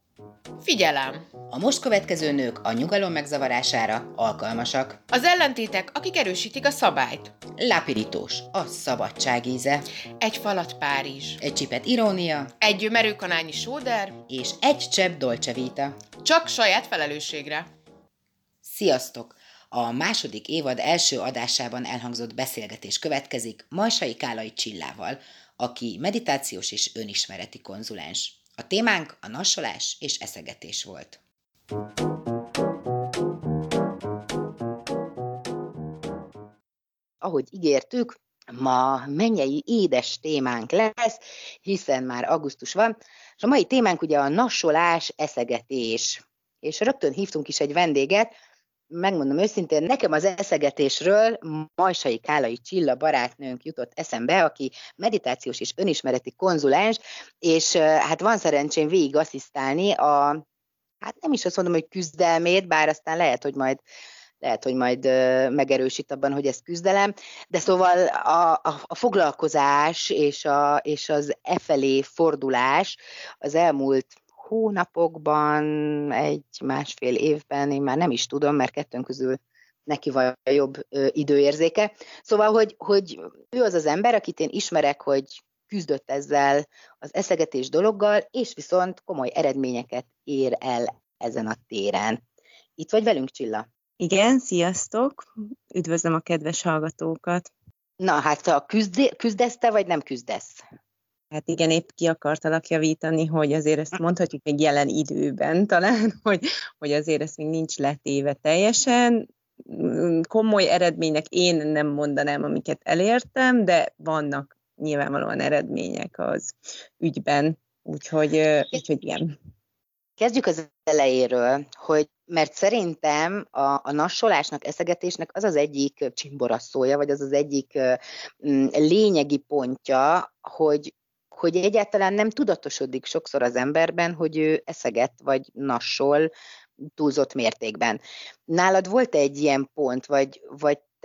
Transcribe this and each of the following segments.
Figyelem! A most következő nők a nyugalom megzavarására alkalmasak. Az ellentétek, akik erősítik a szabályt. Lápirítós, a szabadság íze. Egy falat Párizs. Egy csipet irónia. Egy merőkanálnyi sóder. És egy csepp Dolce Vita. Csak saját felelősségre. Sziasztok! A második évad első adásában elhangzott beszélgetés következik Majsai Kálai Csillával, aki meditációs és önismereti konzulens. A témánk a nassolás és eszegetés volt. Ahogy ígértük, ma mennyei édes témánk lesz, hiszen már augusztus van, és a mai témánk ugye a nassolás, eszegetés. És rögtön hívtunk is egy vendéget, megmondom őszintén, nekem az eszegetésről Majsai Kálai Csilla barátnőnk jutott eszembe, aki meditációs és önismereti konzulens, és hát van szerencsém végig asszisztálni hát nem is azt mondom, hogy küzdelmét, bár aztán lehet, hogy majd megerősít abban, hogy ez küzdelem, de szóval a foglalkozás és az efelé fordulás az elmúlt hónapokban, egy-másfél évben, én már nem is tudom, mert kettőnk közül neki van a jobb időérzéke. Szóval, hogy ő az az ember, akit én ismerek, hogy küzdött ezzel az eszegetés dologgal, és viszont komoly eredményeket ér el ezen a téren. Itt vagy velünk, Csilla? Igen, sziasztok! Üdvözlöm a kedves hallgatókat! Na, hát küzdesz te, vagy nem küzdesz? Hát igen, épp ki akartalak javítani, hogy azért ezt mondhatjuk még jelen időben talán, hogy azért ezt még nincs letéve teljesen. Komoly eredménynek én nem mondanám, amiket elértem, de vannak nyilvánvalóan eredmények az ügyben, úgyhogy igen. Kezdjük az elejéről, mert szerintem a nassolásnak, eszegetésnek az az egyik csimboraszója, vagy az az egyik lényegi pontja, hogy egyáltalán nem tudatosodik sokszor az emberben, hogy ő eszeget vagy nassol túlzott mértékben. Nálad volt egy ilyen pont, vagy te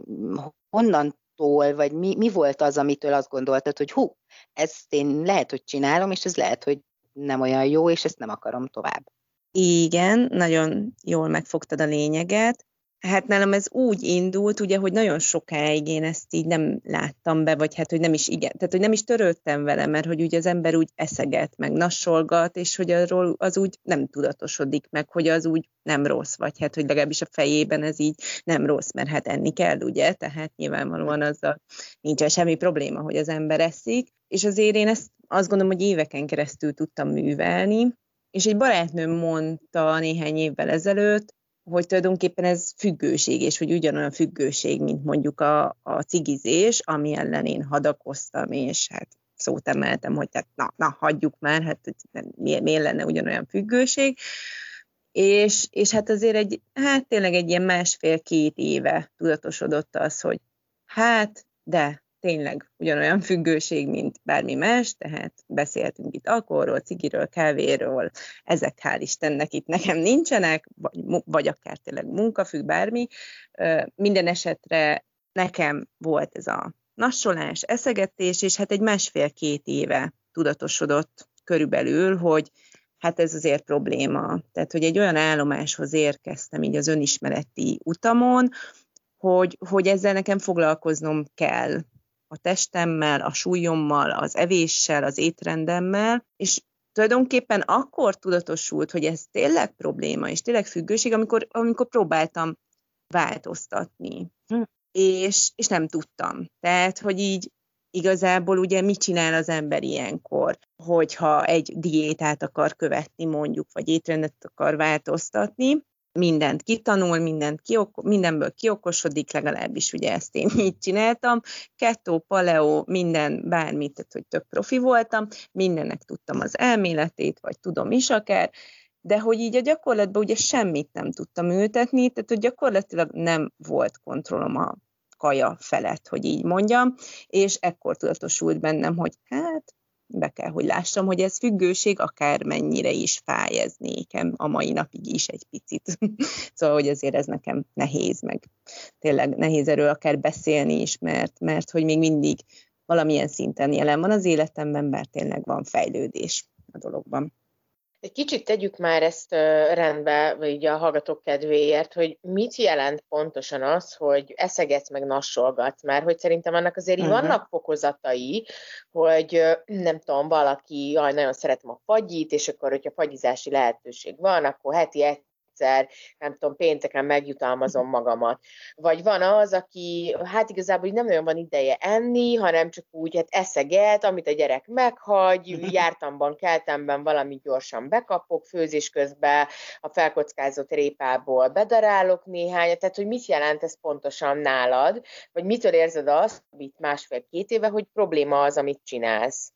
honnantól, vagy mi volt az, amitől azt gondoltad, hogy ezt én lehet, hogy csinálom, és ez lehet, hogy nem olyan jó, és ezt nem akarom tovább. Igen, nagyon jól megfogtad a lényeget. Hát nálam ez úgy indult, ugye, hogy nagyon sokáig én ezt így nem láttam be, vagy hát, hogy nem is tehát, hogy nem is törődtem vele, mert hogy ugye az ember úgy eszeget, meg nassolgat, és hogy arról az úgy nem tudatosodik meg, hogy az úgy nem rossz, vagy hát, hogy legalábbis a fejében ez így nem rossz, mert hát enni kell, ugye, tehát nyilvánvalóan azzal nincsen semmi probléma, hogy az ember eszik, és azért én ezt azt gondolom, hogy éveken keresztül tudtam művelni, és egy barátnőm mondta néhány évvel ezelőtt, hogy tulajdonképpen ez függőség, és hogy ugyanolyan függőség, mint mondjuk a cigizés, ami ellen én hadakoztam, és hát szót emeltem, hogy tehát na hagyjuk már, hát miért lenne ugyanolyan függőség. És hát azért tényleg egy ilyen 1,5-2 éve tudatosodott az, hogy de tényleg ugyanolyan függőség, mint bármi más, tehát beszéltünk itt alkoholról, cigiről, kávéról, ezek hál' Istennek itt nekem nincsenek, vagy akár tényleg munkafügg, bármi. Minden esetre nekem volt ez a nassolás, eszegetés, és hát egy 1,5-2 éve tudatosodott körülbelül, hogy hát ez azért probléma. Tehát, hogy egy olyan állomáshoz érkeztem így az önismereti utamon, hogy ezzel nekem foglalkoznom kell. A testemmel, a súlyommal, az evéssel, az étrendemmel, és tulajdonképpen akkor tudatosult, hogy ez tényleg probléma, és tényleg függőség, amikor próbáltam változtatni. És nem tudtam. Tehát, hogy így igazából ugye mit csinál az ember ilyenkor, hogyha egy diétát akar követni mondjuk, vagy étrendet akar változtatni, mindent kitanul, mindenből kiokosodik, legalábbis ugye ezt én így csináltam. Kettó, paleo, minden, bármit, tehát hogy tök profi voltam, mindennek tudtam az elméletét, vagy tudom is akár, de hogy így a gyakorlatban ugye semmit nem tudtam ültetni, tehát hogy gyakorlatilag nem volt kontrollom a kaja felett, hogy így mondjam, és ekkor tudatosult bennem, hogy hát be kell, hogy lássam, hogy ez függőség, akármennyire is fáj ez nékem, a mai napig is egy picit. Szóval, hogy azért ez nekem nehéz, meg tényleg nehéz erről akár beszélni is, mert hogy még mindig valamilyen szinten jelen van az életemben, bár tényleg van fejlődés a dologban. Egy kicsit tegyük már ezt rendbe, vagy így a hallgatók kedvéért, hogy mit jelent pontosan az, hogy eszegetsz meg nassolgatsz, mert hogy szerintem annak azért így vannak fokozatai, hogy nem tudom, valaki, jaj, nagyon szeretem a fagyit, és akkor, hogyha fagyizási lehetőség van, akkor heti egyszer, nem tudom, pénteken megjutalmazom magamat. Vagy van az, aki hát igazából nem nagyon van ideje enni, hanem csak úgy hát eszeget, amit a gyerek meghagy, jártamban, keltemben valamit gyorsan bekapok, főzés közben a felkockázott répából bedarálok néhányat, tehát hogy mit jelent ez pontosan nálad, vagy mitől érzed azt, amit 1,5-2 éve, hogy probléma az, amit csinálsz?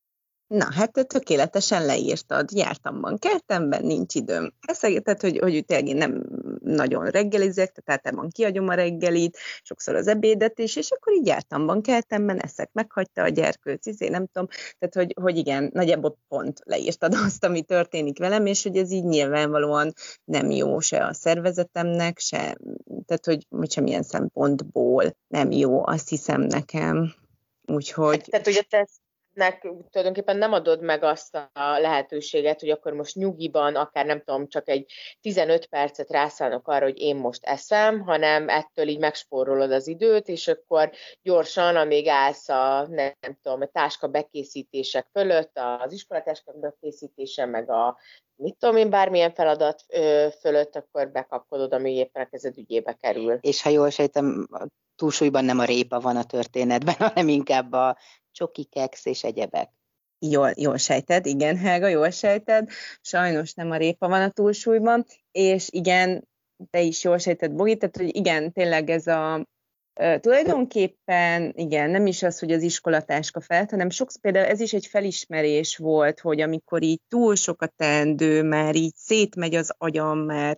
Na, hát te tökéletesen leírtad. Jártamban, kertemben, nincs időm. Tehát, hogy tényleg én nem nagyon reggelizek, tehát általában kiadom a reggelit, sokszor az ebédet is, és akkor így jártamban, kertemben eszek, meghagyta a gyerkőc, nem tudom. Tehát, hogy igen, nagyjából pont leírtad azt, ami történik velem, és hogy ez így nyilvánvalóan nem jó se a szervezetemnek, se, tehát, hogy semmilyen szempontból nem jó, azt hiszem nekem. Úgyhogy... Tehát ugye te tulajdonképpen nem adod meg azt a lehetőséget, hogy akkor most nyugiban, akár nem tudom, csak egy 15 percet rászállok arra, hogy én most eszem, hanem ettől így megspórolod az időt, és akkor gyorsan, amíg állsz a, nem tudom, a táska bekészítések fölött, az iskolatáska bekészítése, meg a mit tudom én, bármilyen feladat fölött, akkor bekapkodod, ami éppen a kezed ügyébe kerül. És ha jól sejtem, túlsúlyban nem a répa van a történetben, hanem inkább a csoki, keksz és egyebek. Jól sejted, igen, Helga, jól sejted. Sajnos nem a répa van a túlsúlyban, és igen, te is jól sejted, Bogi, tehát hogy igen, tényleg ez a tulajdonképpen, igen, nem is az, hogy az iskolatáska felt, hanem sokszor például ez is egy felismerés volt, hogy amikor így túl sok a teendő, már így szétmegy az agyam,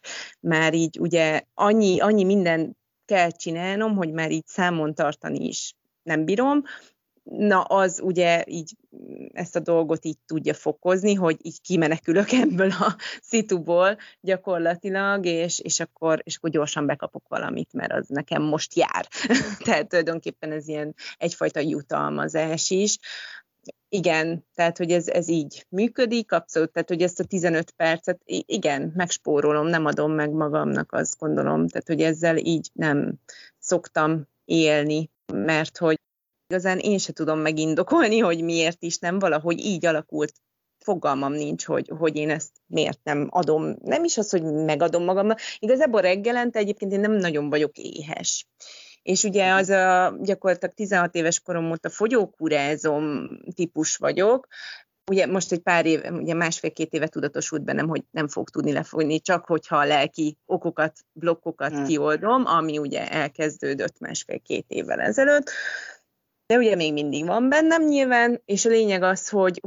már így ugye annyi minden kell csinálnom, hogy már így számon tartani is nem bírom. Na, az ugye így ezt a dolgot így tudja fokozni, hogy így kimenekülök ebből a szituból gyakorlatilag, és akkor gyorsan bekapok valamit, mert az nekem most jár. Tehát tulajdonképpen ez ilyen egyfajta jutalmazás is. Igen, tehát hogy ez így működik, abszolút, tehát hogy ezt a 15 percet, igen, megspórolom, nem adom meg magamnak, azt gondolom, tehát hogy ezzel így nem szoktam élni, mert hogy igazán én se tudom megindokolni, hogy miért is nem, valahogy így alakult. Fogalmam nincs, hogy én ezt miért nem adom. Nem is az, hogy megadom magamnak. Igazából reggelente egyébként én nem nagyon vagyok éhes. És ugye az gyakorlatilag 16 éves korom óta fogyókúrázom típus vagyok. Ugye most egy pár év, ugye 1,5-2 éve tudatosult bennem, hogy nem fog tudni lefogyni, csak hogyha a lelki okokat, blokkokat kioldom, ami ugye elkezdődött 1,5-2 évvel ezelőtt. De ugye még mindig van bennem nyilván, és a lényeg az,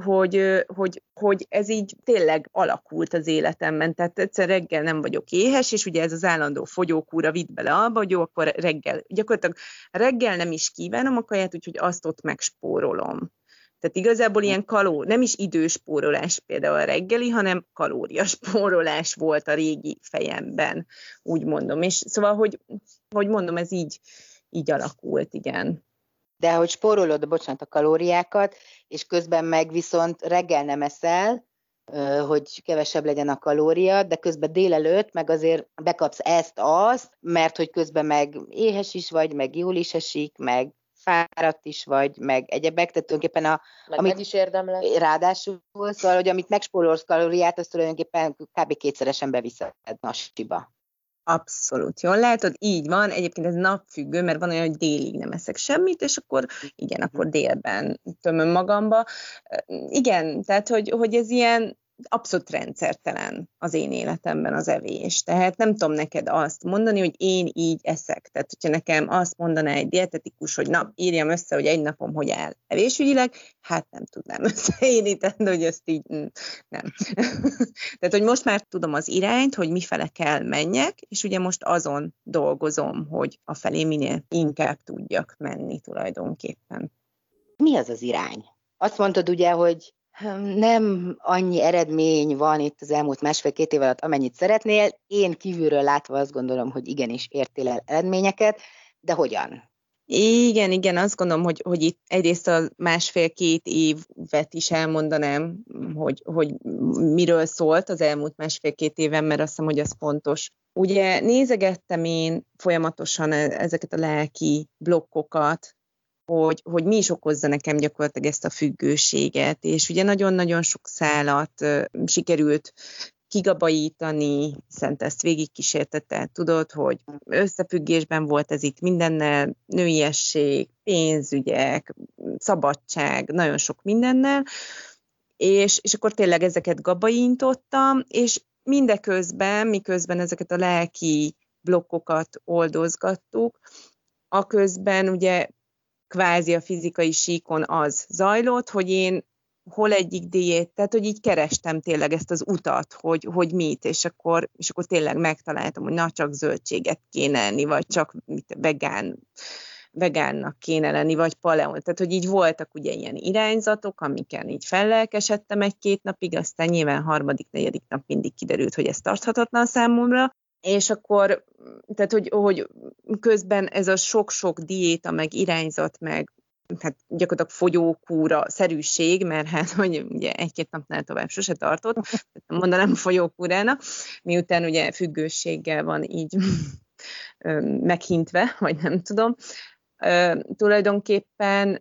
hogy ez így tényleg alakult az életemben, tehát egyszer reggel nem vagyok éhes, és ugye ez az állandó fogyókúra vitt bele abba, hogy jó, akkor gyakorlatilag reggel nem is kívánom a kaját, úgyhogy azt ott megspórolom. Tehát igazából ilyen nem is időspórolás például a reggeli, hanem kalóriaspórolás volt a régi fejemben, úgy mondom. És szóval, hogy mondom, ez így alakult, igen. De hogy spórolod, a kalóriákat, és közben meg viszont reggel nem eszel, hogy kevesebb legyen a kalória, de közben délelőtt meg azért bekapsz ezt-azt, mert hogy közben meg éhes is vagy, meg jól is esik, meg fáradt is vagy, meg egyebek, tehát tulajdonképpen meg is érdemled. Ráadásul, szóval, hogy amit megspórolsz kalóriát, azt tulajdonképpen kb. 2-szeresen beviszed nasiba. Abszolút, jól látod, így van, egyébként ez napfüggő, mert van olyan, hogy délig nem eszek semmit, és akkor igen, akkor délben tömöm magamba. Igen, tehát, hogy ez ilyen abszolút rendszertelen az én életemben az evés. Tehát nem tudom neked azt mondani, hogy én így eszek. Tehát, hogyha nekem azt mondaná egy dietetikus, hogy na, írjam össze, hogy egy napom hogy áll evésügyileg, hát nem tudnám összeírni, tehát, hogy ezt így nem. Tehát, hogy most már tudom az irányt, hogy mifele kell menjek, és ugye most azon dolgozom, hogy afelé minél inkább tudjak menni tulajdonképpen. Mi az az irány? Azt mondtad ugye, hogy nem annyi eredmény van itt az elmúlt 1,5-2 év alatt, amennyit szeretnél. Én kívülről látva azt gondolom, hogy igenis értél el eredményeket, de hogyan? Igen, azt gondolom, hogy itt egyrészt a 1,5-2 évet is elmondanám, hogy miről szólt az elmúlt 1,5-2 éven, mert azt hiszem, hogy az fontos. Ugye nézegettem én folyamatosan ezeket a lelki blokkokat, hogy mi is okozza nekem gyakorlatilag ezt a függőséget, és ugye nagyon-nagyon sok szálat sikerült kigabajítani, hiszen ezt végigkísértette, tudod, hogy összefüggésben volt ez itt mindennel, nőiesség, pénzügyek, szabadság, nagyon sok mindennel, és akkor tényleg ezeket gabajintottam, és miközben ezeket a lelki blokkokat oldozgattuk, aközben ugye kvázi a fizikai síkon az zajlott, hogy én hol egyik diét, tehát hogy így kerestem tényleg ezt az utat, hogy mit, és akkor tényleg megtaláltam, hogy na csak zöldséget kéne enni, vagy csak vegánnak kéne lenni, vagy paleon. Tehát, hogy így voltak ugye ilyen irányzatok, amiken így fellelkesedtem 1-2 napig, aztán nyilván 3.-4. nap mindig kiderült, hogy ez tarthatatlan számomra, és akkor, tehát, hogy közben ez a sok-sok diéta, meg irányzat, meg hát gyakorlatilag fogyókúra szerűség, mert hát, hogy ugye 1-2 napnál tovább sose tartott, mondanám fogyókúrának, miután ugye függőséggel van így meghintve, vagy nem tudom. Tulajdonképpen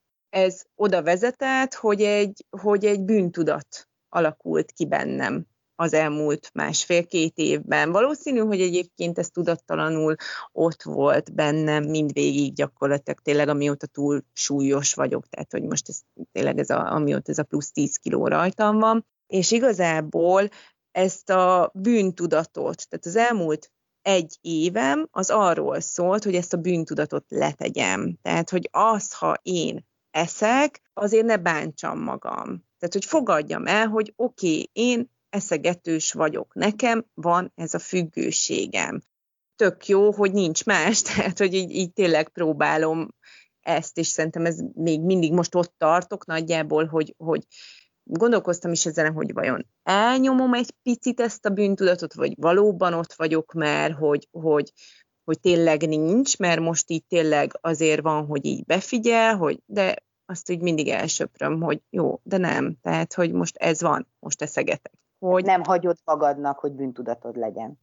ez oda vezetett, hogy egy bűntudat alakult ki bennem az elmúlt 1,5-2 évben. Valószínű, hogy egyébként ez tudattalanul ott volt bennem mindvégig gyakorlatilag tényleg, amióta túl súlyos vagyok, tehát hogy most ez tényleg amióta ez a plusz 10 kiló rajtam van, és igazából ezt a bűntudatot, tehát az elmúlt 1 évem az arról szólt, hogy ezt a bűntudatot letegyem. Tehát, hogy ha én eszek, azért ne bántsam magam. Tehát, hogy fogadjam el, hogy oké, én eszegetős vagyok. Nekem van ez a függőségem. Tök jó, hogy nincs más, tehát, hogy így tényleg próbálom ezt, és szerintem ez még mindig most ott tartok nagyjából, hogy gondolkoztam is ezen, hogy vajon elnyomom egy picit ezt a bűntudatot, vagy valóban ott vagyok már, hogy tényleg nincs, mert most így tényleg azért van, hogy így befigyel, de azt így mindig elsöpröm, hogy jó, de nem. Tehát, hogy most ez van, most eszegetek. Hogy nem hagyod magadnak, hogy bűntudatod legyen.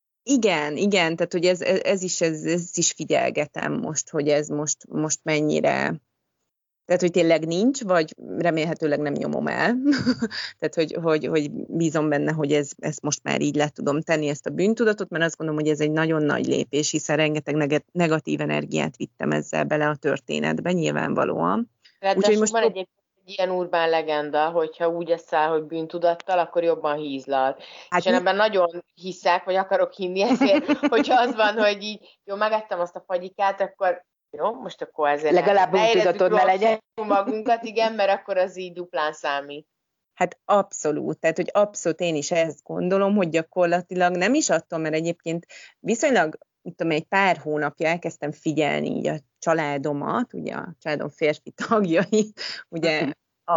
Igen, tehát hogy ez is figyelgetem most, hogy ez most mennyire... Tehát, hogy tényleg nincs, vagy remélhetőleg nem nyomom el. Tehát, hogy bízom benne, hogy ezt most már így le tudom tenni, ezt a bűntudatot, mert azt gondolom, hogy ez egy nagyon nagy lépés, hiszen rengeteg negatív energiát vittem ezzel bele a történetbe, nyilvánvalóan. Úgyhogy most van egyébként egy ilyen urbán legenda, hogyha úgy eszel, hogy bűntudattal, akkor jobban hízlal. Hát és én ebben nagyon hiszek, vagy akarok hinni, ezért, hogyha az van, hogy így, jó, megettem azt a fagyikát, akkor jó, most akkor ezért legalább bűntudatod ne legyen. Magunkat, igen, mert akkor az így duplán számít. Hát abszolút, tehát hogy abszolút én is ezt gondolom, hogy gyakorlatilag nem is attól, mert egyébként viszonylag, egy pár hónapja elkezdtem figyelni így a családomat, ugye a családom férfi tagjait, ugye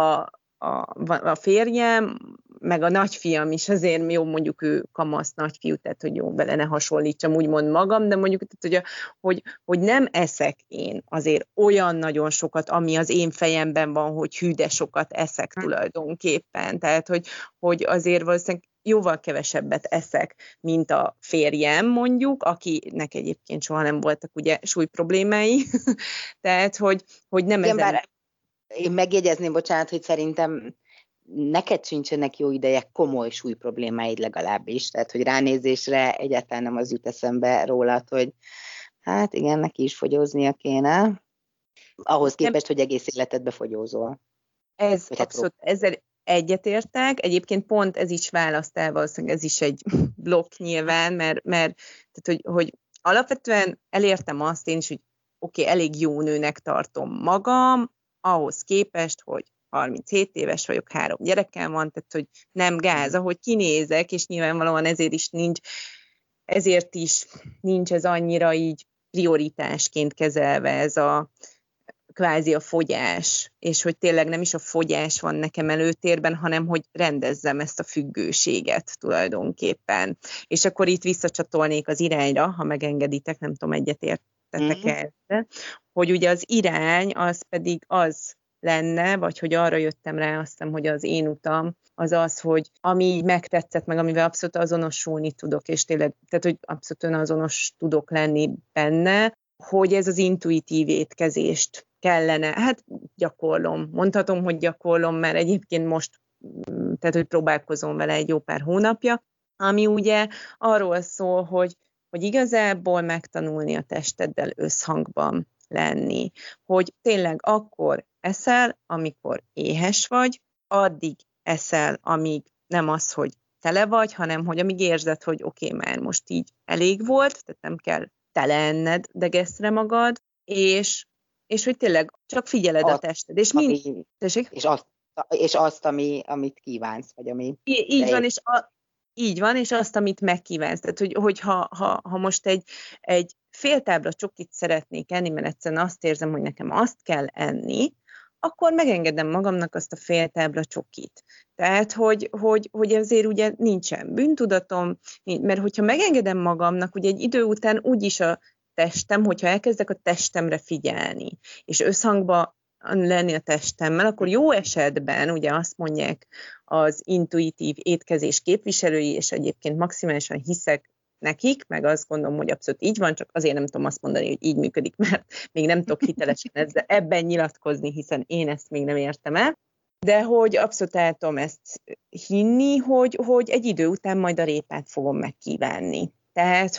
a férjem, meg a nagyfiam is azért jó, mondjuk ő kamasz nagyfiú, tehát hogy jó, vele ne hasonlítsam úgymond magam, de mondjuk, tehát, hogy nem eszek én azért olyan nagyon sokat, ami az én fejemben van, hogy hű, de sokat eszek tulajdonképpen. Tehát, hogy azért valószínűleg jóval kevesebbet eszek, mint a férjem mondjuk, akinek egyébként soha nem voltak ugye súlyproblémái. Tehát, hogy nem igen, ezen... Én megjegyezném, bocsánat, hogy szerintem neked sincsenek jó ideje komoly súlyproblémáid legalábbis, tehát hogy ránézésre egyáltalán nem az jut eszembe rólad, hogy hát igen, neki is fogyóznia kéne, ahhoz képest, hogy egész életedbe fogyózol. Ez abszolút, ezzel egyetértek, egyébként pont ez is választ el, valószínűleg ez is egy blokk nyilván, mert tehát, hogy alapvetően elértem azt én is, hogy oké, elég jó nőnek tartom magam, ahhoz képest, hogy 37 éves vagyok, 3 gyerekem van, tehát hogy nem gáz, ahogy kinézek, és nyilvánvalóan ezért is nincs ez annyira így prioritásként kezelve ez a kvázi a fogyás, és hogy tényleg nem is a fogyás van nekem előtérben, hanem hogy rendezzem ezt a függőséget tulajdonképpen. És akkor itt visszacsatolnék az irányra, ha megengeditek, nem tudom, egyetértetek el, hogy ugye az irány az pedig az lenne, vagy hogy arra jöttem rá, azt hiszem, hogy az én utam, az az, hogy ami így megtetszett, meg amivel abszolút azonosulni tudok, és tényleg, tehát hogy abszolút önazonos tudok lenni benne, hogy ez az intuitív étkezést kellene, hát gyakorlom. Mondhatom, hogy gyakorlom, mert egyébként most, tehát hogy próbálkozom vele egy jó pár hónapja, ami ugye arról szól, hogy igazából megtanulni a testeddel összhangban lenni, hogy tényleg akkor eszel, amikor éhes vagy, addig eszel, amíg nem az, hogy tele vagy, hanem hogy amíg érzed, hogy oké, már most így elég volt, tehát nem kell tele enned degeszre magad, és hogy tényleg csak figyeled a tested. És és azt, amit kívánsz, vagy ami... Így van, így van, és azt, amit megkívánsz. Tehát, hogy ha most egy fél tábla csokit szeretnék enni, mert egyszerűen azt érzem, hogy nekem azt kell enni, akkor megengedem magamnak azt a fél tábla csokit. Tehát, hogy azért ugye nincsen bűntudatom, mert hogyha megengedem magamnak, ugye egy idő után úgyis a testem, hogyha elkezdek a testemre figyelni, és összhangba lenni a testemmel, akkor jó esetben, ugye azt mondják az intuitív étkezés képviselői, és egyébként maximálisan hiszek nekik, meg azt gondolom, hogy abszolút így van, csak azért nem tudom azt mondani, hogy így működik, mert még nem tudok hitelesen ebben nyilatkozni, hiszen én ezt még nem értem el, de hogy abszolút el tudom ezt hinni, hogy egy idő után majd a répát fogom megkívánni. Tehát,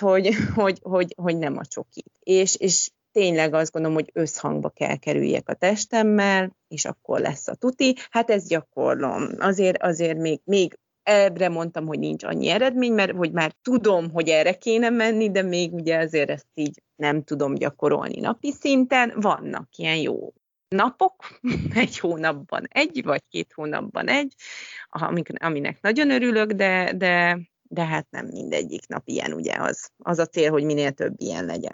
hogy nem a csokit. És tényleg azt gondolom, hogy összhangba kell kerüljek a testemmel, és akkor lesz a tuti. Hát ezt gyakorlom. Azért még ebbre mondtam, hogy nincs annyi eredmény, mert hogy már tudom, hogy erre kéne menni, de még ugye azért ezt így nem tudom gyakorolni napi szinten. Vannak ilyen jó napok, egy hónapban egy, vagy 2 hónapban egy, aminek nagyon örülök, de hát nem mindegyik nap ilyen, ugye az a cél, hogy minél több ilyen legyen.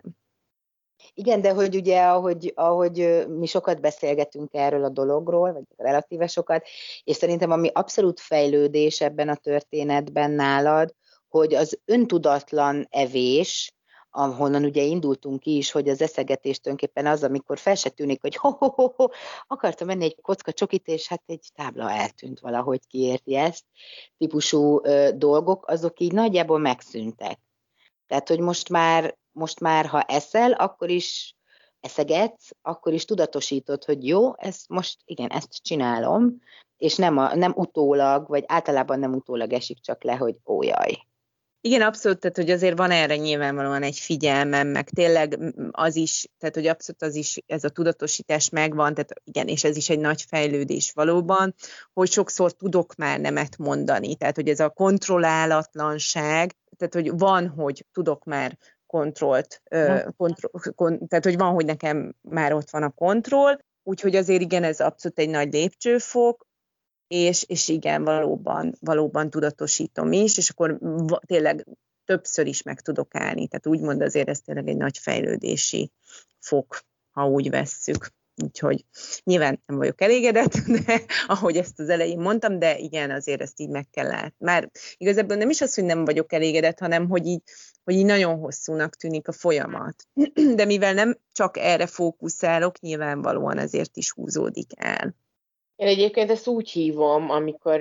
Igen, de hogy ugye, ahogy mi sokat beszélgetünk erről a dologról, vagy relatíve sokat, és szerintem ami abszolút fejlődés ebben a történetben nálad, hogy az öntudatlan evés, ahonnan ugye indultunk ki is, hogy az eszegetés tulajdonképpen az, amikor fel se tűnik, hogy akartam menni egy kocka csokit, és hát egy tábla eltűnt valahogy, kiérti ezt, típusú dolgok, azok így nagyjából megszűntek. Tehát, hogy most már, ha eszel, akkor is eszegetsz, akkor is tudatosítod, hogy jó, ezt csinálom, és nem utólag, vagy általában nem utólag esik csak le, hogy ó, jaj. Igen, abszolút, tehát hogy azért van erre nyilvánvalóan egy figyelmem, meg tényleg az is, tehát hogy abszolút az is, ez a tudatosítás megvan, tehát igen, és ez is egy nagy fejlődés valóban, hogy sokszor tudok már nemet mondani, tehát hogy ez a kontrollálatlanság, tehát hogy van, hogy tudok már kontrollt, tehát hogy van, hogy nekem már ott van a kontroll, úgyhogy azért igen, ez abszolút egy nagy lépcsőfok, és igen, valóban tudatosítom is, és akkor tényleg többször is meg tudok állni. Tehát úgymond azért ez tényleg egy nagy fejlődési fok, ha úgy vesszük. Úgyhogy nyilván nem vagyok elégedett, de ahogy ezt az elején mondtam, de igen, azért ezt így meg kell látni. Már igazából nem is az, hogy nem vagyok elégedett, hanem hogy így nagyon hosszúnak tűnik a folyamat. De mivel nem csak erre fókuszálok, nyilvánvalóan ezért is húzódik el. Én egyébként ezt úgy hívom, amikor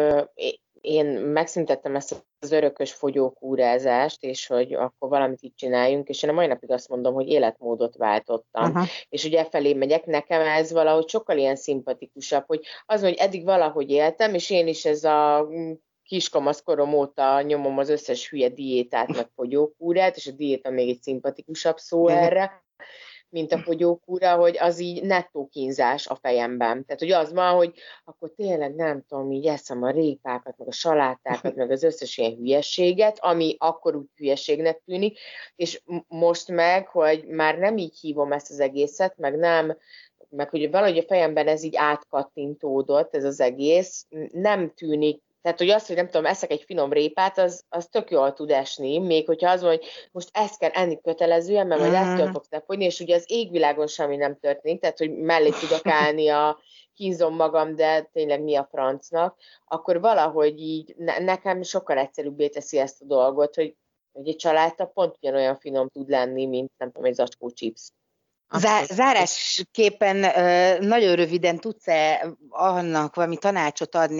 én megszüntettem ezt az örökös fogyókúrázást, és hogy akkor valamit így csináljunk, és én a mai napig azt mondom, hogy életmódot váltottam. Uh-huh. És ugye felé megyek, nekem ez valahogy sokkal ilyen szimpatikusabb, hogy az, hogy eddig valahogy éltem, és én is ez a kiskamaszkorom óta nyomom az összes hülye diétát, meg fogyókúrát, és a diéta még egy szimpatikusabb szó erre, mint a fogyókúra, hogy az így nettó kínzás a fejemben. Tehát, hogy az van, hogy akkor tényleg nem tudom, így eszem a répákat, meg a salátákat, meg az összes ilyen hülyességet, ami akkor úgy hülyeségnek tűnik, és most meg, hogy már nem így hívom ezt az egészet, meg hogy valahogy a fejemben ez így átkattintódott, ez az egész, nem tűnik. Tehát, hogy azt, hogy nem tudom, eszek egy finom répát, az tök jól tud esni, még hogyha az van, hogy most ezt kell enni kötelezően, mert majd ettől fogsz lefogyni, és ugye az égvilágon semmi nem történik, tehát, hogy mellé tudok állni kínzom magam, de tényleg mi a francnak, akkor valahogy így nekem sokkal egyszerűbbé teszi ezt a dolgot, hogy egy családtag pont ugyanolyan finom tud lenni, mint nem tudom, egy zacskó chips. Zárásképpen nagyon röviden tudsz-e annak valami tanácsot adni,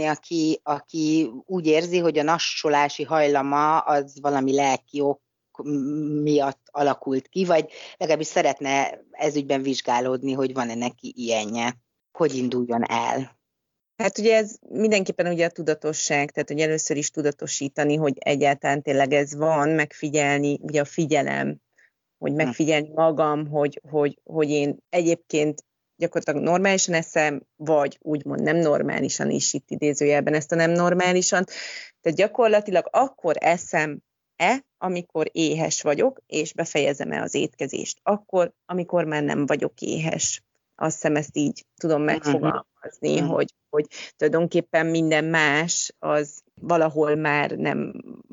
aki úgy érzi, hogy a nassolási hajlama az valami lelki ok miatt alakult ki, vagy legalábbis szeretne ezügyben vizsgálódni, hogy van-e neki ilyenje, hogy induljon el? Hát ugye ez mindenképpen ugye a tudatosság, tehát hogy először is tudatosítani, hogy egyáltalán tényleg ez van, megfigyelni, ugye a figyelem, hogy megfigyelni magam, hogy én egyébként gyakorlatilag normálisan eszem, vagy úgymond nem normálisan is, itt idézőjelben ezt a nem normálisan. Tehát gyakorlatilag akkor eszem-e, amikor éhes vagyok, és befejezem-e az étkezést. Akkor, amikor már nem vagyok éhes. Azt hiszem, ezt így tudom megfogalmazni, hogy tulajdonképpen minden más, az valahol már nem,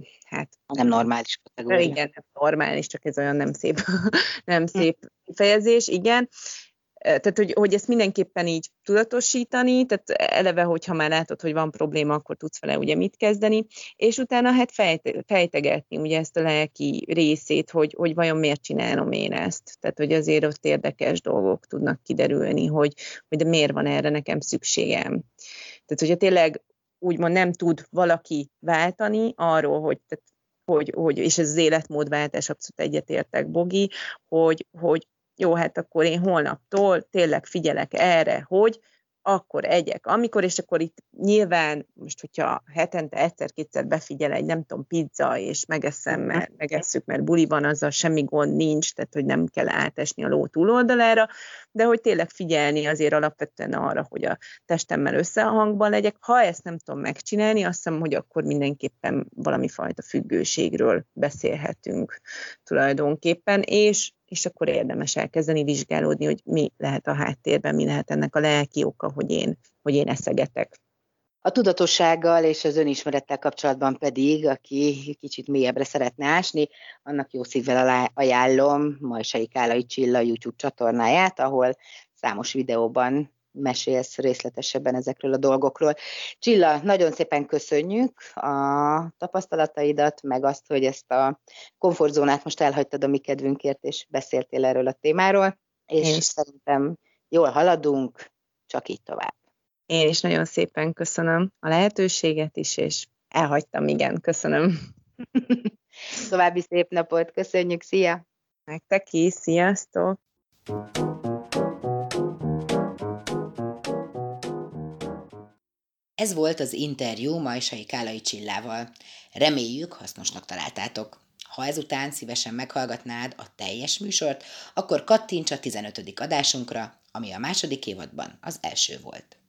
nem normális kategória. Igen, nem normális, csak ez olyan nem szép, nem szép fejezés, igen. Tehát, hogy ezt mindenképpen így tudatosítani, tehát eleve, hogyha már látod, hogy van probléma, akkor tudsz vele ugye mit kezdeni, és utána hát fejtegetni ugye ezt a lelki részét, hogy vajon miért csinálom én ezt. Tehát, hogy azért ott érdekes dolgok tudnak kiderülni, hogy de miért van erre nekem szükségem. Tehát, hogyha tényleg úgymond nem tud valaki váltani arról, hogy és ez az életmódváltás, abszolút egyetértek, Bogi, hogy jó, hát akkor én holnaptól tényleg figyelek erre, hogy akkor egyek, amikor, és akkor itt nyilván, most hogyha hetente egyszer-kétszer befigyel egy, nem tudom, pizza, és megesszük, mert buli van, azzal semmi gond nincs, tehát hogy nem kell átesni a ló túloldalára, de hogy tényleg figyelni azért alapvetően arra, hogy a testemmel összehangban legyek. Ha ezt nem tudom megcsinálni, azt hiszem, hogy akkor mindenképpen valami fajta függőségről beszélhetünk tulajdonképpen, és akkor érdemes elkezdeni vizsgálódni, hogy mi lehet a háttérben, mi lehet ennek a lelki oka, hogy én eszegetek. A tudatossággal és az önismerettel kapcsolatban pedig, aki kicsit mélyebbre szeretne ásni, annak jó szívvel ajánlom Majsai Kálai Csilla YouTube csatornáját, ahol számos videóban mesélsz részletesebben ezekről a dolgokról. Csilla, nagyon szépen köszönjük a tapasztalataidat, meg azt, hogy ezt a komfortzónát most elhagytad a mi kedvünkért, és beszéltél erről a témáról, és szerintem jól haladunk, csak így tovább. Én is nagyon szépen köszönöm a lehetőséget is, és elhagytam, igen, köszönöm. További szép napot, köszönjük, szia! Nektek is, sziasztok! Ez volt az interjú Majsai Kálai Csillával. Reméljük, hasznosnak találtátok. Ha ezután szívesen meghallgatnád a teljes műsort, akkor kattints a 15. adásunkra, ami a második évadban az első volt.